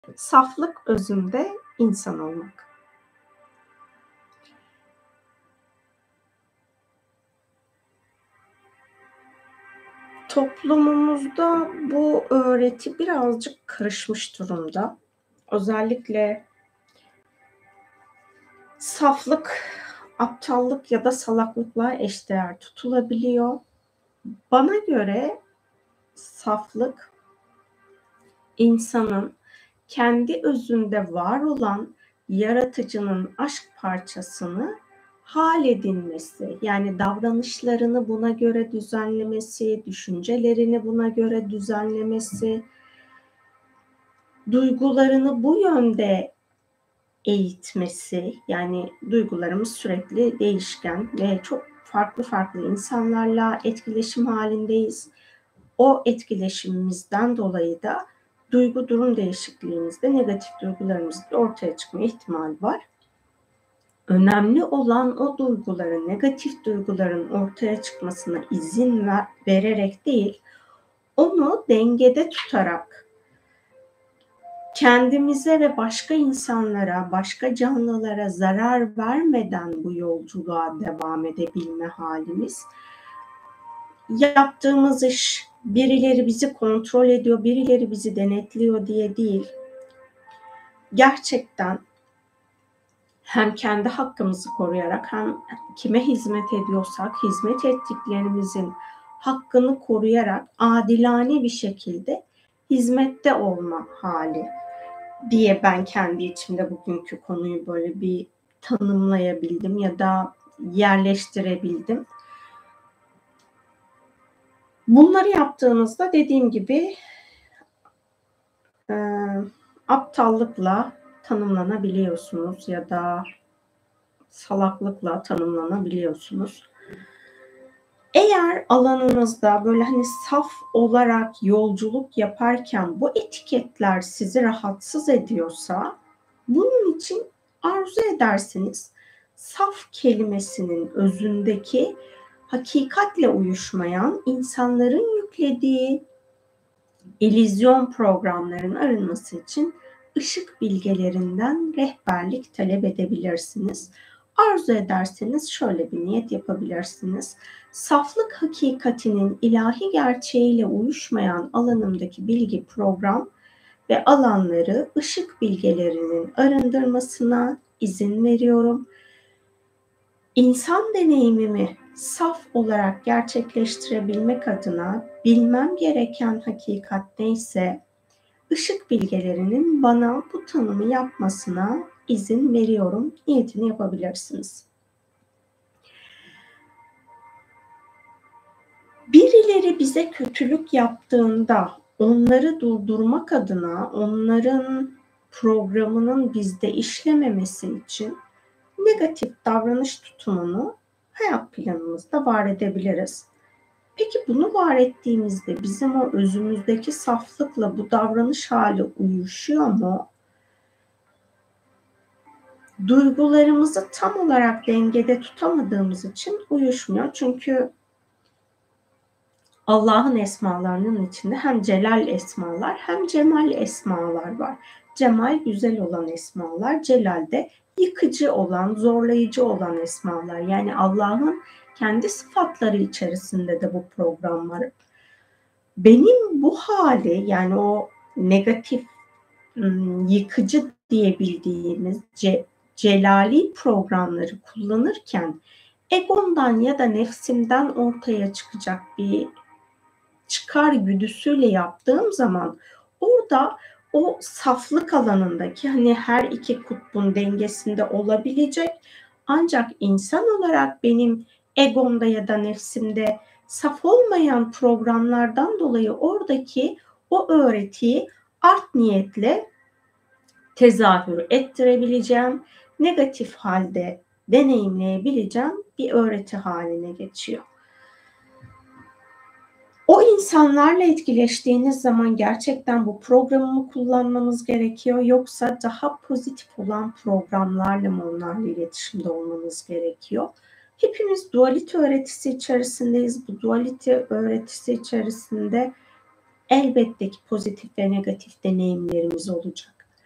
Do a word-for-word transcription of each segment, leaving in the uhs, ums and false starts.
Saflık özünde insan olmak. Toplumumuzda bu öğreti birazcık karışmış durumda. Özellikle saflık, aptallık ya da salaklıkla eşdeğer tutulabiliyor. Bana göre saflık, insanın kendi özünde var olan yaratıcının aşk parçasını hâl edinmesi, yani davranışlarını buna göre düzenlemesi, düşüncelerini buna göre düzenlemesi, duygularını bu yönde eğitmesi, yani duygularımız sürekli değişken ve çok farklı farklı insanlarla etkileşim halindeyiz. O etkileşimimizden dolayı da duygu durum değişikliğimizde negatif duygularımızın ortaya çıkma ihtimali var. Önemli olan o duyguların, negatif duyguların ortaya çıkmasına izin ver, vererek değil, onu dengede tutarak kendimize ve başka insanlara, başka canlılara zarar vermeden bu yolculuğa devam edebilme halimiz. Yaptığımız iş birileri bizi kontrol ediyor, birileri bizi denetliyor diye değil. Gerçekten hem kendi hakkımızı koruyarak hem kime hizmet ediyorsak hizmet ettiklerimizin hakkını koruyarak adilane bir şekilde hizmette olma hali diye ben kendi içimde bugünkü konuyu böyle bir tanımlayabildim ya da yerleştirebildim. Bunları yaptığınızda dediğim gibi e, aptallıkla tanımlanabiliyorsunuz ya da salaklıkla tanımlanabiliyorsunuz. Eğer alanınızda böyle hani saf olarak yolculuk yaparken bu etiketler sizi rahatsız ediyorsa bunun için arzu ederseniz saf kelimesinin özündeki hakikatle uyuşmayan insanların yüklediği illüzyon programların arınması için ışık bilgelerinden rehberlik talep edebilirsiniz. Arzu ederseniz şöyle bir niyet yapabilirsiniz. Saflık hakikatinin ilahi gerçeğiyle uyuşmayan alanımdaki bilgi, program ve alanları ışık bilgelerinin arındırmasına izin veriyorum. İnsan deneyimimi saf olarak gerçekleştirebilmek adına bilmem gereken hakikat neyse ışık bilgelerinin bana bu tanımı yapmasına izin veriyorum. Niyetini yapabilirsiniz. Birileri bize kötülük yaptığında onları durdurmak adına onların programının bizde işlememesi için negatif davranış tutumunu hayat planımızda var edebiliriz. Peki bunu var ettiğimizde bizim o özümüzdeki saflıkla bu davranış hali uyuşuyor mu? Duygularımızı tam olarak dengede tutamadığımız için uyuşmuyor. Çünkü Allah'ın esmalarının içinde hem celal esmalar hem cemal esmalar var. Cemal güzel olan esmalar, celal de yıkıcı olan, zorlayıcı olan esmalar. Yani Allah'ın kendi sıfatları içerisinde de bu program var. Benim bu hali, yani o negatif, yıkıcı diyebildiğimiz ce, celali programları kullanırken egomdan ya da nefsimden ortaya çıkacak bir çıkar güdüsüyle yaptığım zaman orada o saflık alanındaki hani her iki kutbun dengesinde olabilecek ancak insan olarak benim egomda ya da nefsimde saf olmayan programlardan dolayı oradaki o öğretiyi art niyetle tezahür ettirebileceğim, negatif halde deneyimleyebileceğim bir öğreti haline geçiyor. O insanlarla etkileştiğiniz zaman gerçekten bu programı kullanmanız gerekiyor yoksa daha pozitif olan programlarla mı onlarla iletişimde olmanız gerekiyor? Hepimiz dualite öğretisi içerisindeyiz. Bu dualite öğretisi içerisinde elbette ki pozitif ve negatif deneyimlerimiz olacak.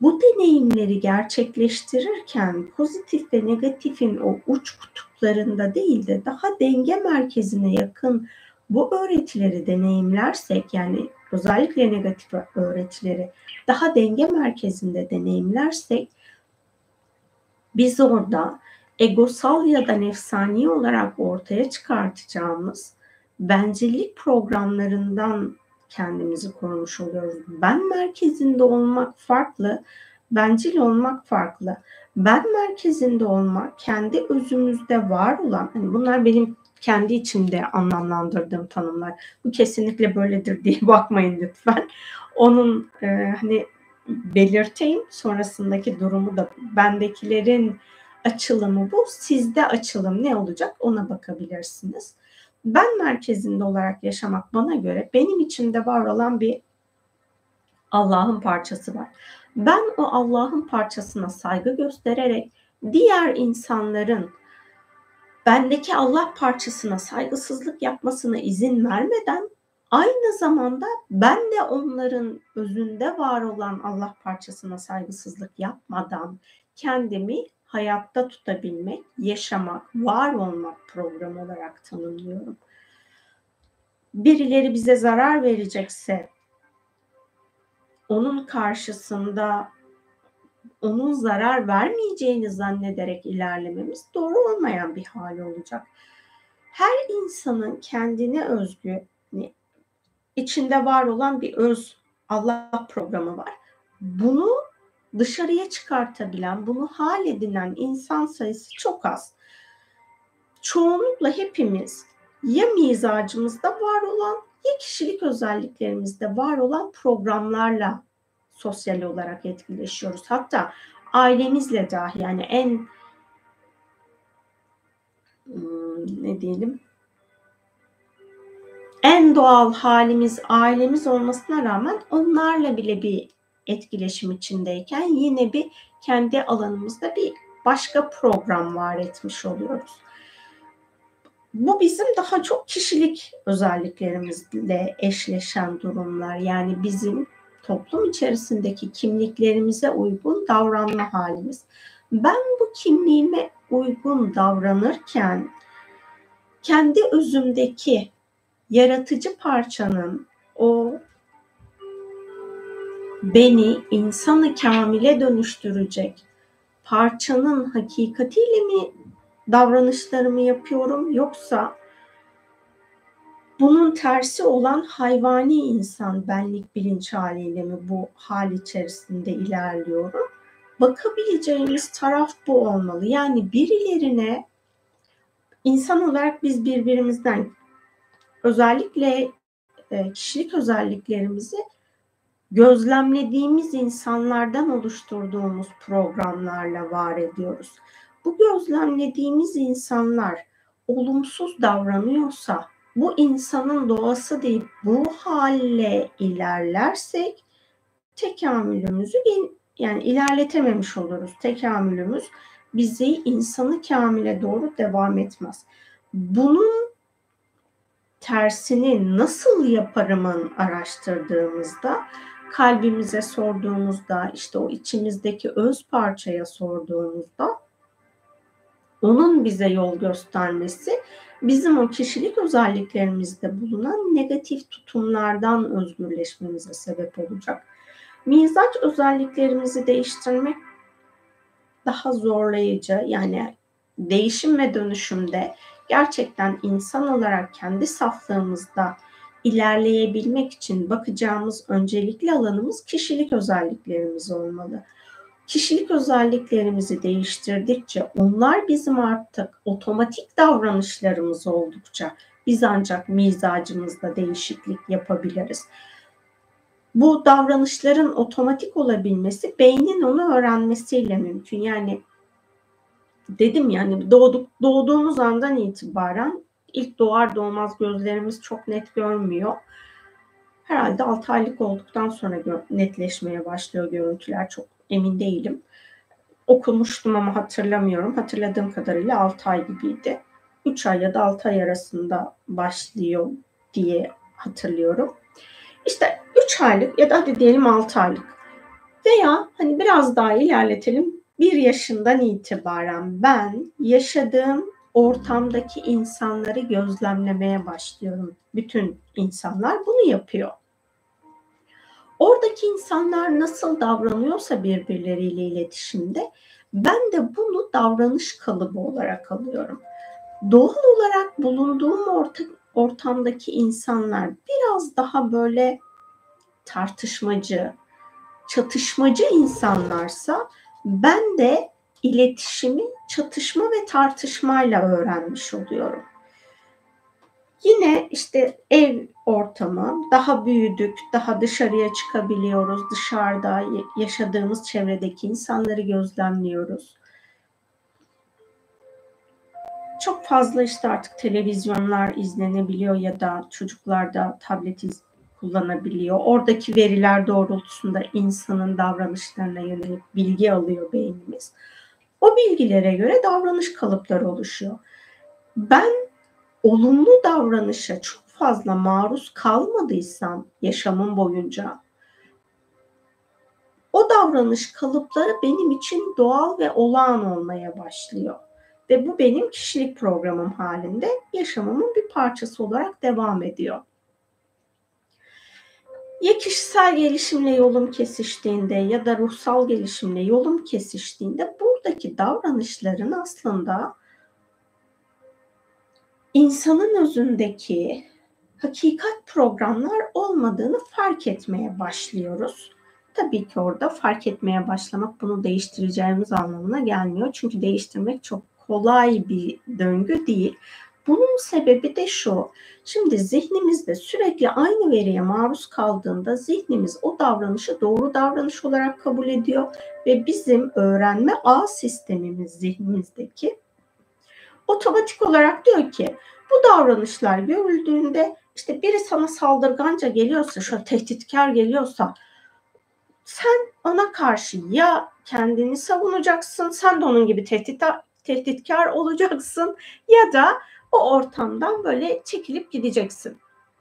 Bu deneyimleri gerçekleştirirken pozitif ve negatifin o uç kutuplarında değil de daha denge merkezine yakın bu öğretileri deneyimlersek, yani özellikle negatif öğretileri daha denge merkezinde deneyimlersek, biz orada egosal ya da nefsani olarak ortaya çıkartacağımız bencillik programlarından kendimizi korumuş oluyoruz. Ben merkezinde olmak farklı, bencil olmak farklı. Ben merkezinde olmak, kendi özümüzde var olan, hani bunlar benim kendi içimde anlamlandırdığım tanımlar. Bu kesinlikle böyledir diye bakmayın lütfen. Onun e, hani belirteyim, sonrasındaki durumu da, bendekilerin açılımı bu, sizde açılım ne olacak ona bakabilirsiniz. Ben merkezinde olarak yaşamak bana göre benim içimde var olan bir Allah'ın parçası var. Ben o Allah'ın parçasına saygı göstererek diğer insanların bendeki Allah parçasına saygısızlık yapmasına izin vermeden, aynı zamanda ben de onların özünde var olan Allah parçasına saygısızlık yapmadan kendimi hayatta tutabilmek, yaşamak, var olmak programı olarak tanımlıyorum. Birileri bize zarar verecekse onun karşısında onun zarar vermeyeceğini zannederek ilerlememiz doğru olmayan bir hali olacak. Her insanın kendine özgü, içinde var olan bir öz Allah programı var. Bunu dışarıya çıkartabilen, bunu hal edinen insan sayısı çok az. Çoğunlukla hepimiz ya mizacımızda var olan ya kişilik özelliklerimizde var olan programlarla sosyal olarak etkileşiyoruz. Hatta ailemizle dahi, yani en ne diyelim en doğal halimiz ailemiz olmasına rağmen onlarla bile bir etkileşim içindeyken yine bir kendi alanımızda bir başka program var etmiş oluyoruz. Bu bizim daha çok kişilik özelliklerimizle eşleşen durumlar. Yani bizim toplum içerisindeki kimliklerimize uygun davranma halimiz. Ben bu kimliğime uygun davranırken kendi özümdeki yaratıcı parçanın, o beni insanı kamile dönüştürecek parçanın hakikatiyle mi davranışlarımı yapıyorum, yoksa bunun tersi olan hayvani insan benlik bilinç haliyle mi bu hal içerisinde ilerliyorum? Bakabileceğimiz taraf bu olmalı. Yani birilerine, insan olarak biz birbirimizden, özellikle kişilik özelliklerimizi gözlemlediğimiz insanlardan oluşturduğumuz programlarla var ediyoruz. Bu gözlemlediğimiz insanlar olumsuz davranıyorsa, bu insanın doğası deyip bu halle ilerlersek tekamülümüzü yani ilerletememiş oluruz. Tekamülümüz bizi insanı kamile doğru devam etmez. Bunun tersini nasıl yaparımın araştırdığımızda, kalbimize sorduğumuzda, işte o içimizdeki öz parçaya sorduğumuzda, onun bize yol göstermesi bizim o kişilik özelliklerimizde bulunan negatif tutumlardan özgürleşmemize sebep olacak. Mizaç özelliklerimizi değiştirmek daha zorlayıcı, yani değişim ve dönüşümde gerçekten insan olarak kendi saflığımızda ilerleyebilmek için bakacağımız öncelikli alanımız kişilik özelliklerimiz olmalı. Kişilik özelliklerimizi değiştirdikçe, onlar bizim artık otomatik davranışlarımız oldukça biz ancak mizacımızda değişiklik yapabiliriz. Bu davranışların otomatik olabilmesi beynin onu öğrenmesiyle mümkün. Yani dedim yani doğduk, doğduğumuz andan itibaren ilk doğar doğmaz gözlerimiz çok net görmüyor. Herhalde altı aylık olduktan sonra netleşmeye başlıyor görüntüler, çok emin değilim. Okumuştum ama hatırlamıyorum. Hatırladığım kadarıyla altı ay gibiydi. üç ay ya da altı ay arasında başlıyor diye hatırlıyorum. İşte üç aylık ya da hadi diyelim altı aylık. Veya hani biraz daha ilerletelim. Bir yaşından itibaren ben yaşadığım ortamdaki insanları gözlemlemeye başlıyorum. Bütün insanlar bunu yapıyor. Oradaki insanlar nasıl davranıyorsa birbirleriyle iletişimde, ben de bunu davranış kalıbı olarak alıyorum. Doğal olarak bulunduğum orta, ortamdaki insanlar biraz daha böyle tartışmacı, çatışmacı insanlarsa ben de iletişimi çatışma ve tartışmayla öğrenmiş oluyorum. Yine işte ev ortamı, daha büyüdük, daha dışarıya çıkabiliyoruz, dışarıda yaşadığımız çevredeki insanları gözlemliyoruz. Çok fazla işte artık televizyonlar izlenebiliyor ya da çocuklar da tablet iz- kullanabiliyor. Oradaki veriler doğrultusunda insanın davranışlarına yönelik bilgi alıyor beynimiz. O bilgilere göre davranış kalıpları oluşuyor. Ben olumlu davranışa çok fazla maruz kalmadıysam yaşamım boyunca, o davranış kalıpları benim için doğal ve olağan olmaya başlıyor. Ve bu benim kişilik programım halinde yaşamımın bir parçası olarak devam ediyor. Ya kişisel gelişimle yolum kesiştiğinde ya da ruhsal gelişimle yolum kesiştiğinde buradaki davranışların aslında insanın özündeki hakikat programlar olmadığını fark etmeye başlıyoruz. Tabii ki orada fark etmeye başlamak bunu değiştireceğimiz anlamına gelmiyor. Çünkü değiştirmek çok kolay bir döngü değil. Bunun sebebi de şu. Şimdi zihnimizde sürekli aynı veriye maruz kaldığında zihnimiz o davranışı doğru davranış olarak kabul ediyor ve bizim öğrenme ağ sistemimiz zihnimizdeki otomatik olarak diyor ki bu davranışlar görüldüğünde işte biri sana saldırganca geliyorsa, şöyle tehditkar geliyorsa sen ona karşı ya kendini savunacaksın, sen de onun gibi tehdit, tehditkar olacaksın ya da o ortamdan böyle çekilip gideceksin.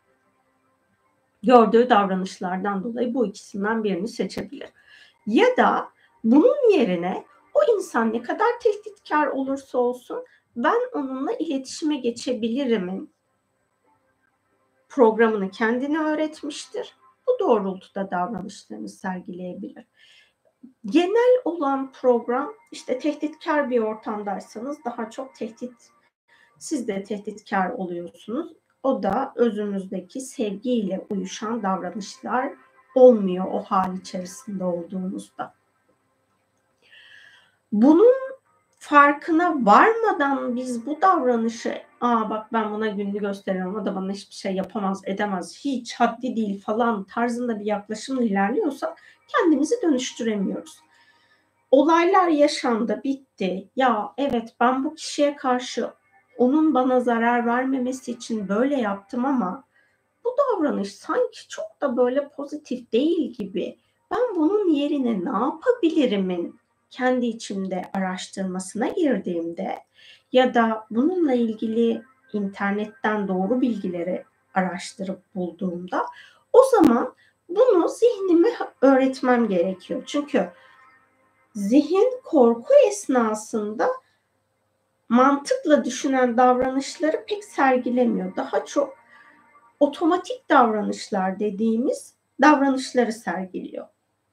Gördüğü davranışlardan dolayı bu ikisinden birini seçebilir. Ya da bunun yerine o insan ne kadar tehditkar olursa olsun ben onunla iletişime geçebilirim programını kendine öğretmiştir. Bu doğrultuda davranışlarını sergileyebilir. Genel olan program işte tehditkar bir ortamdaysanız daha çok tehdit, siz de tehditkar oluyorsunuz. O da özünüzdeki sevgiyle uyuşan davranışlar olmuyor o hal içerisinde olduğunuzda. Bunun farkına varmadan biz bu davranışı, aa bak ben buna gününü gösteriyorum, o da bana hiçbir şey yapamaz, edemez, hiç haddi değil falan tarzında bir yaklaşımla ilerliyorsak kendimizi dönüştüremiyoruz. Olaylar yaşandı, bitti. Ya evet ben bu kişiye karşı onun bana zarar vermemesi için böyle yaptım ama bu davranış sanki çok da böyle pozitif değil gibi. Ben bunun yerine ne yapabilirimin kendi içimde araştırmasına girdiğimde ya da bununla ilgili internetten doğru bilgileri araştırıp bulduğumda o zaman bunu zihnime öğretmem gerekiyor. Çünkü zihin korku esnasında mantıkla düşünen davranışları pek sergilemiyor. Daha çok otomatik davranışlar dediğimiz davranışları sergiliyor.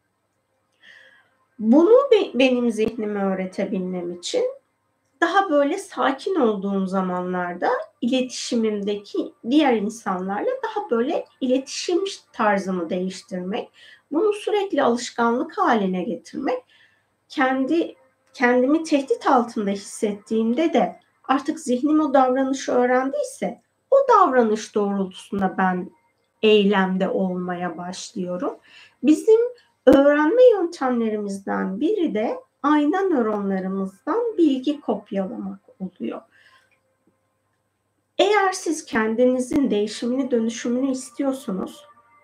Bunu benim zihnime öğretebilmem için daha böyle sakin olduğum zamanlarda iletişimimdeki diğer insanlarla daha böyle iletişim tarzımı değiştirmek, bunu sürekli alışkanlık haline getirmek, kendi kendimi tehdit altında hissettiğimde de artık zihnim o davranışı öğrendiyse o davranış doğrultusunda ben eylemde olmaya başlıyorum. Bizim öğrenme yöntemlerimizden biri de ayna nöronlarımızdan bilgi kopyalamak oluyor. Eğer siz kendinizin değişimini, dönüşümünü istiyorsunuz,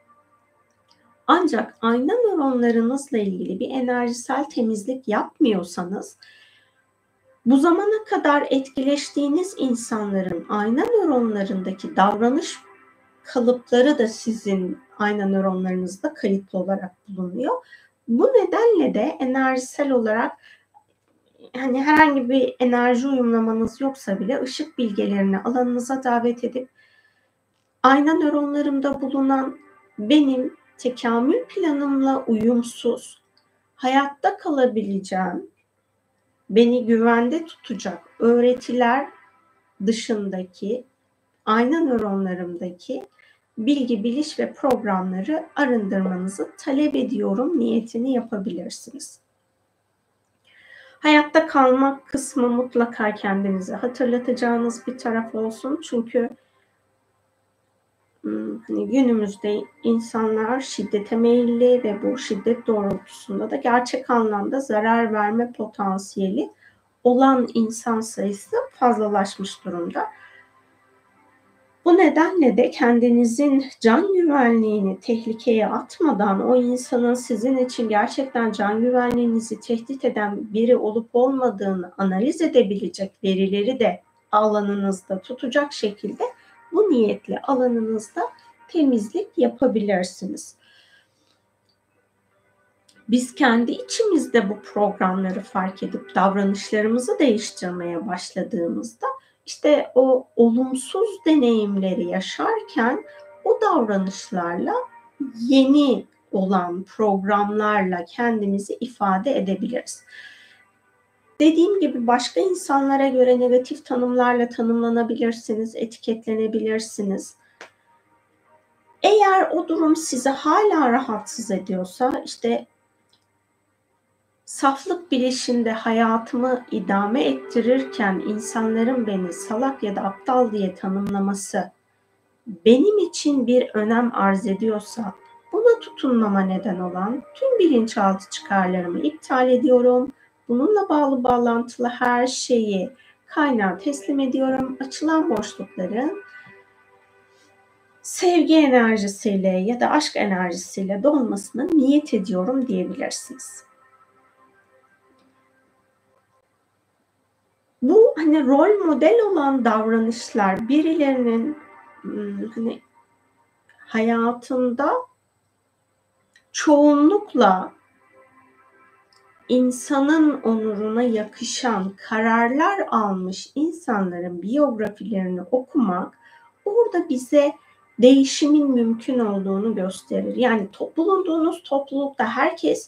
ancak ayna nöronlarınızla ilgili bir enerjisel temizlik yapmıyorsanız, bu zamana kadar etkileştiğiniz insanların ayna nöronlarındaki davranış kalıpları da sizin ayna nöronlarınızda kayıtlı olarak bulunuyor. Bu nedenle de enerjisel olarak hani herhangi bir enerji uyumlamanız yoksa bile ışık bilgelerini alanınıza davet edip ayna nöronlarımda bulunan benim tekamül planımla uyumsuz, hayatta kalabileceğim, beni güvende tutacak öğretiler dışındaki ayna nöronlarımdaki bilgi, biliş ve programları arındırmanızı talep ediyorum niyetini yapabilirsiniz. Hayatta kalmak kısmı mutlaka kendinize hatırlatacağınız bir taraf olsun. Çünkü hani günümüzde insanlar şiddete meyilli ve bu şiddet doğrultusunda da gerçek anlamda zarar verme potansiyeli olan insan sayısı fazlalaşmış durumda. Bu nedenle de kendinizin can güvenliğini tehlikeye atmadan o insanın sizin için gerçekten can güvenliğinizi tehdit eden biri olup olmadığını analiz edebilecek verileri de alanınızda tutacak şekilde bu niyetle alanınızda temizlik yapabilirsiniz. Biz kendi içimizde bu programları fark edip davranışlarımızı değiştirmeye başladığımızda işte o olumsuz deneyimleri yaşarken o davranışlarla yeni olan programlarla kendimizi ifade edebiliriz. Dediğim gibi başka insanlara göre negatif tanımlarla tanımlanabilirsiniz, etiketlenebilirsiniz. Eğer o durum sizi hala rahatsız ediyorsa işte saflık bileşinde hayatımı idame ettirirken insanların beni salak ya da aptal diye tanımlaması benim için bir önem arz ediyorsa buna tutunmama neden olan tüm bilinçaltı çıkarlarımı iptal ediyorum. Bununla bağlı bağlantılı her şeyi kaynağa teslim ediyorum. Açılan boşlukları sevgi enerjisiyle ya da aşk enerjisiyle dolmasına niyet ediyorum diyebilirsiniz. Bu hani rol model olan davranışlar birilerinin hani hayatında çoğunlukla insanın onuruna yakışan kararlar almış insanların biyografilerini okumak orada bize değişimin mümkün olduğunu gösterir. Yani bulunduğunuz toplulukta herkes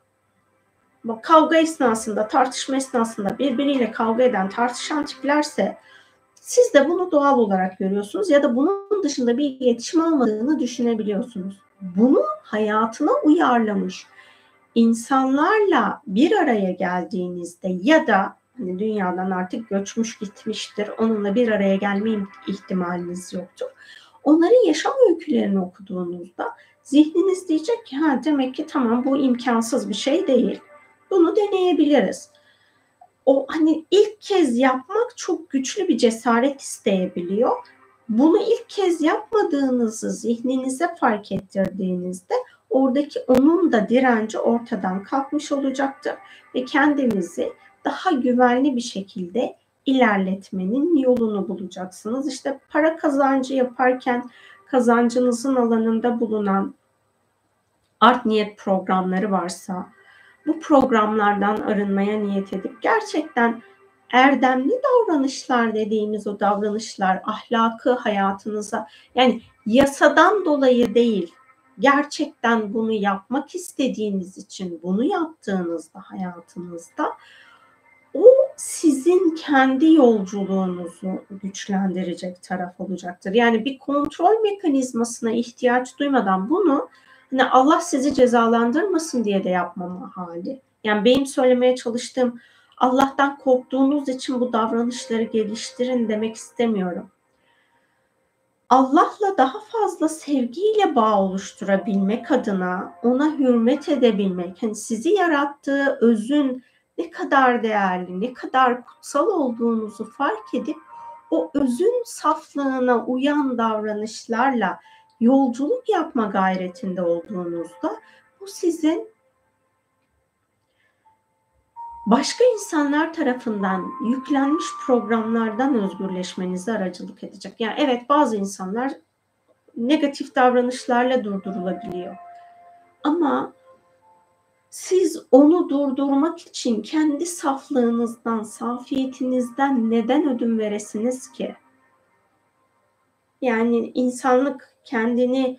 kavga esnasında, tartışma esnasında birbiriyle kavga eden, tartışan tiplerse siz de bunu doğal olarak görüyorsunuz ya da bunun dışında bir iletişim olmadığını düşünebiliyorsunuz. Bunu hayatına uyarlamış insanlarla bir araya geldiğinizde ya da hani dünyadan artık göçmüş gitmiştir, onunla bir araya gelme ihtimaliniz yoktur. Onların yaşam öykülerini okuduğunuzda zihniniz diyecek ki ha demek ki tamam bu imkansız bir şey değil. Bunu deneyebiliriz. O hani ilk kez yapmak çok güçlü bir cesaret isteyebiliyor. Bunu ilk kez yapmadığınızı zihninize fark ettirdiğinizde oradaki onun da direnci ortadan kalkmış olacaktır ve kendinizi daha güvenli bir şekilde ilerletmenin yolunu bulacaksınız. İşte para kazancı yaparken kazancınızın alanında bulunan art niyet programları varsa bu programlardan arınmaya niyet edip gerçekten erdemli davranışlar dediğimiz o davranışlar, ahlakı hayatınıza yani yasadan dolayı değil, gerçekten bunu yapmak istediğiniz için bunu yaptığınızda hayatınızda o sizin kendi yolculuğunuzu güçlendirecek taraf olacaktır. Yani bir kontrol mekanizmasına ihtiyaç duymadan bunu hani Allah sizi cezalandırmasın diye de yapmama hali. Yani benim söylemeye çalıştığım Allah'tan korktuğunuz için bu davranışları geliştirin demek istemiyorum. Allah'la daha fazla sevgiyle bağ oluşturabilmek adına ona hürmet edebilmek, hani sizi yarattığı özün ne kadar değerli, ne kadar kutsal olduğunuzu fark edip o özün saflığına uyan davranışlarla yolculuk yapma gayretinde olduğunuzda bu sizin başka insanlar tarafından yüklenmiş programlardan özgürleşmenize aracılık edecek. Yani evet bazı insanlar negatif davranışlarla durdurulabiliyor. Ama Siz onu durdurmak için kendi saflığınızdan, safiyetinizden neden ödün veresiniz ki? Yani insanlık kendini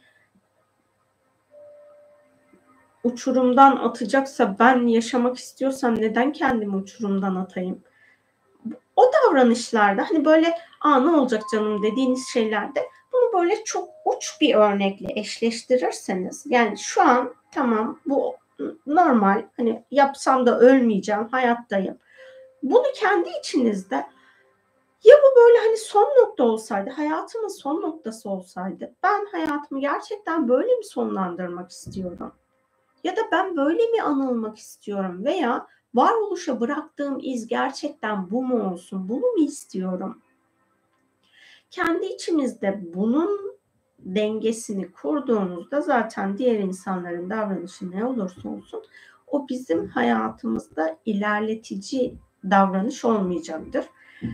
uçurumdan atacaksa, ben yaşamak istiyorsam neden kendimi uçurumdan atayım? O davranışlarda hani böyle aa ne olacak canım dediğiniz şeylerde bunu böyle çok uç bir örnekle eşleştirirseniz, yani şu an tamam bu normal, hani yapsam da ölmeyeceğim, hayattayım. Bunu kendi içinizde, ya bu böyle hani son nokta olsaydı, hayatımın son noktası olsaydı, ben hayatımı gerçekten böyle mi sonlandırmak istiyorum? Ya da ben böyle mi anılmak istiyorum veya varoluşa bıraktığım iz gerçekten bu mu olsun, bunu mu istiyorum? Kendi içimizde bunun dengesini kurduğumuzda zaten diğer insanların davranışı ne olursa olsun o bizim hayatımızda ilerletici davranış olmayacaktır.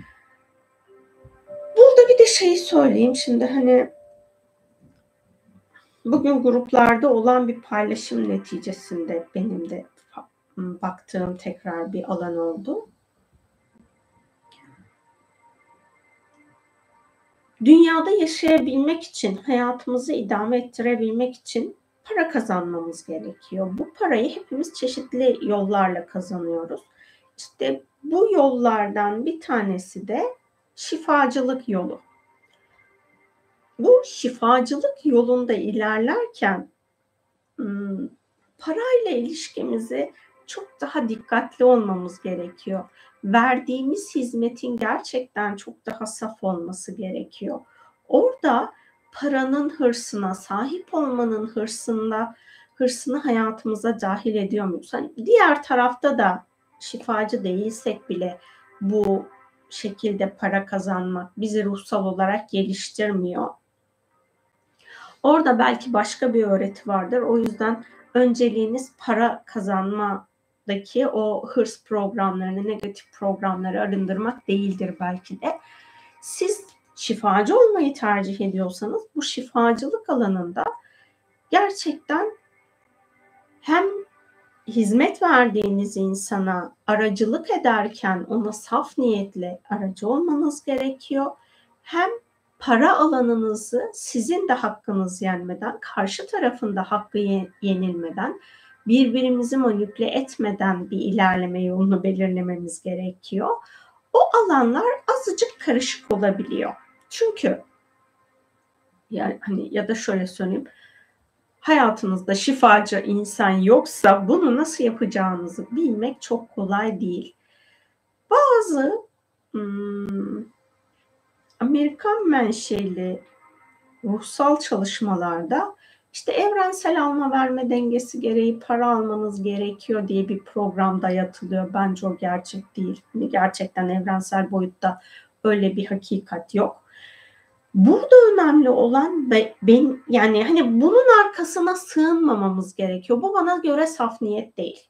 Burada bir de şey söyleyeyim şimdi, hani bugün gruplarda olan bir paylaşım neticesinde benim de baktığım tekrar bir alan oldu. Dünyada yaşayabilmek için, hayatımızı idame ettirebilmek için para kazanmamız gerekiyor. Bu parayı hepimiz çeşitli yollarla kazanıyoruz. İşte bu yollardan bir tanesi de şifacılık yolu. Bu şifacılık yolunda ilerlerken parayla ilişkimizi çok daha dikkatli olmamız gerekiyor. Verdiğimiz hizmetin gerçekten çok daha saf olması gerekiyor. Orada paranın hırsına, sahip olmanın hırsında, hırsını hayatımıza dahil ediyor muyuz? Hani diğer tarafta da şifacı değilsek bile bu şekilde para kazanmak bizi ruhsal olarak geliştirmiyor. Orada belki başka bir öğreti vardır. O yüzden önceliğiniz para kazanmadaki o hırs programlarını, negatif programları arındırmak değildir belki de. Siz şifacı olmayı tercih ediyorsanız bu şifacılık alanında gerçekten hem hizmet verdiğiniz insana aracılık ederken ona saf niyetle aracı olmanız gerekiyor. Hem para alanınızı sizin de hakkınız yenmeden, karşı tarafın da hakkı yenilmeden, birbirimizi manipüle etmeden bir ilerleme yolunu belirlememiz gerekiyor. O alanlar azıcık karışık olabiliyor. Çünkü yani hani ya da şöyle söyleyeyim, hayatınızda şifacı insan yoksa bunu nasıl yapacağınızı bilmek çok kolay değil. Bazı hmm, Amerikan menşeli ruhsal çalışmalarda işte evrensel alma verme dengesi gereği para almanız gerekiyor diye bir program dayatılıyor. Bence o gerçek değil. Gerçekten evrensel boyutta öyle bir hakikat yok. Burada önemli olan ben, yani hani bunun arkasına sığınmamamız gerekiyor. Bu bana göre saf niyet değil.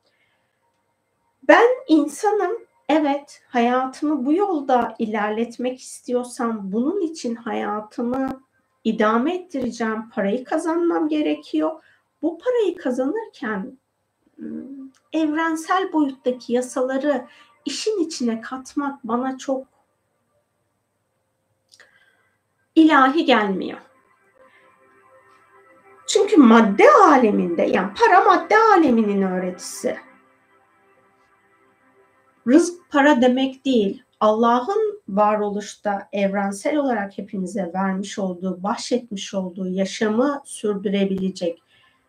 Ben insanım, evet, hayatımı bu yolda ilerletmek istiyorsam bunun için hayatımı idame ettireceğim, parayı kazanmam gerekiyor. Bu parayı kazanırken evrensel boyuttaki yasaları işin içine katmak bana çok ilahi gelmiyor. Çünkü madde aleminde, yani para madde aleminin öğretisi. Rızk para demek değil. Allah'ın varoluşta evrensel olarak hepimize vermiş olduğu, bahşetmiş olduğu yaşamı sürdürebilecek,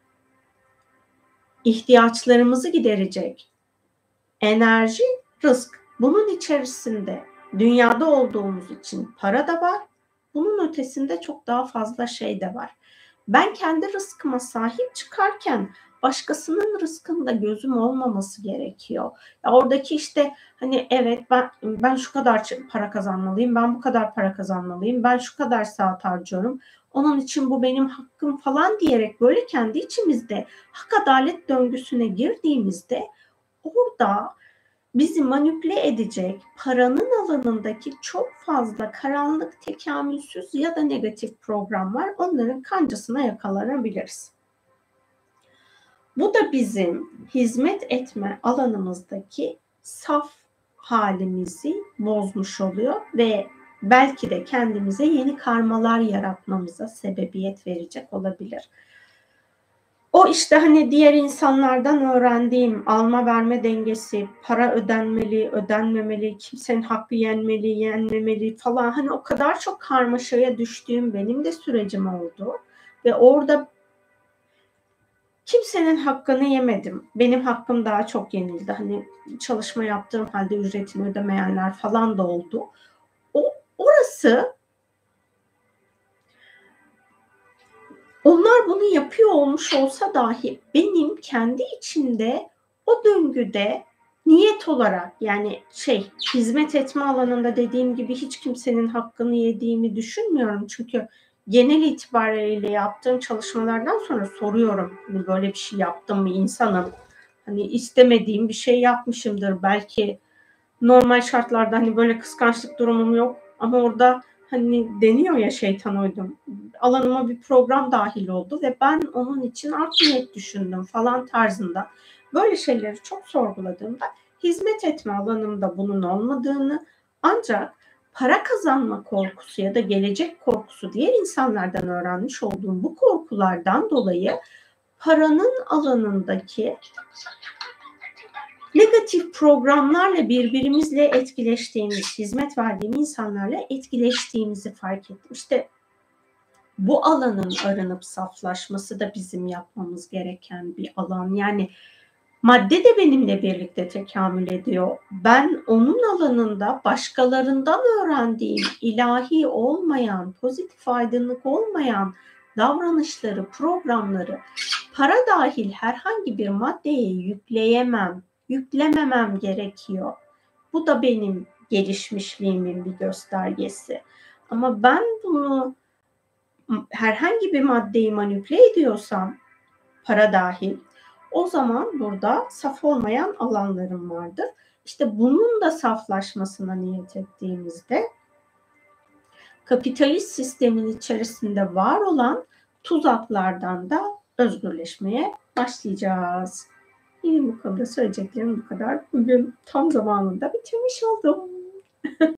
ihtiyaçlarımızı giderecek enerji, rızk. Bunun içerisinde dünyada olduğumuz için para da var. Bunun ötesinde çok daha fazla şey de var. Ben kendi rızkıma sahip çıkarken başkasının rızkında gözüm olmaması gerekiyor. Ya oradaki işte hani evet ben ben şu kadar para kazanmalıyım, ben bu kadar para kazanmalıyım, ben şu kadar saat harcıyorum, onun için bu benim hakkım falan diyerek böyle kendi içimizde hak adalet döngüsüne girdiğimizde orada bizi manipüle edecek paranın alanındaki çok fazla karanlık, tekamülsüz ya da negatif program var. Onların kancasına yakalanabiliriz. Bu da bizim hizmet etme alanımızdaki saf halimizi bozmuş oluyor ve belki de kendimize yeni karmalar yaratmamıza sebebiyet verecek olabilir. O işte hani diğer insanlardan öğrendiğim alma verme dengesi, para ödenmeli, ödenmemeli, kimsenin hakkı yenmeli, yenmemeli falan, hani o kadar çok karmaşaya düştüğüm benim de sürecim oldu ve orada kimsenin hakkını yemedim. Benim hakkım daha çok yenildi. Hani çalışma yaptığım halde ücretini ödemeyenler falan da oldu. O orası, onlar bunu yapıyor olmuş olsa dahi benim kendi içimde o döngüde niyet olarak, yani şey, hizmet etme alanında dediğim gibi hiç kimsenin hakkını yediğimi düşünmüyorum. Çünkü genel itibariyle yaptığım çalışmalardan sonra soruyorum. Hani böyle bir şey yaptım mı insanım? Hani istemediğim bir şey yapmışımdır. Belki normal şartlarda hani böyle kıskançlık durumum yok ama orada hani deniyor ya, şeytan uydum. Alanıma bir program dahil oldu ve ben onun için art niyet düşündüm falan tarzında. Böyle şeyleri çok sorguladığımda hizmet etme alanımda bunun olmadığını, ancak para kazanma korkusu ya da gelecek korkusu, diğer insanlardan öğrenmiş olduğum bu korkulardan dolayı paranın alanındaki negatif programlarla birbirimizle etkileştiğimiz, hizmet verdiğim insanlarla etkileştiğimizi fark ettim. İşte bu alanın aranıp saflaşması da bizim yapmamız gereken bir alan. Yani madde de benimle birlikte tekamül ediyor. Ben onun alanında başkalarından öğrendiğim ilahi olmayan, pozitif aydınlık olmayan davranışları, programları para dahil herhangi bir maddeye yükleyemem, yüklememem gerekiyor. Bu da benim gelişmişliğimin bir göstergesi. Ama ben bunu herhangi bir maddeyi manipüle ediyorsam, para dahil, o zaman burada saf olmayan alanlarım vardır. İşte bunun da saflaşmasına niyet ettiğimizde kapitalist sistemin içerisinde var olan tuzaklardan da özgürleşmeye başlayacağız. Benim bu konuda söyleyeceklerim bu kadar. Bugün tam zamanında bitirmiş oldum.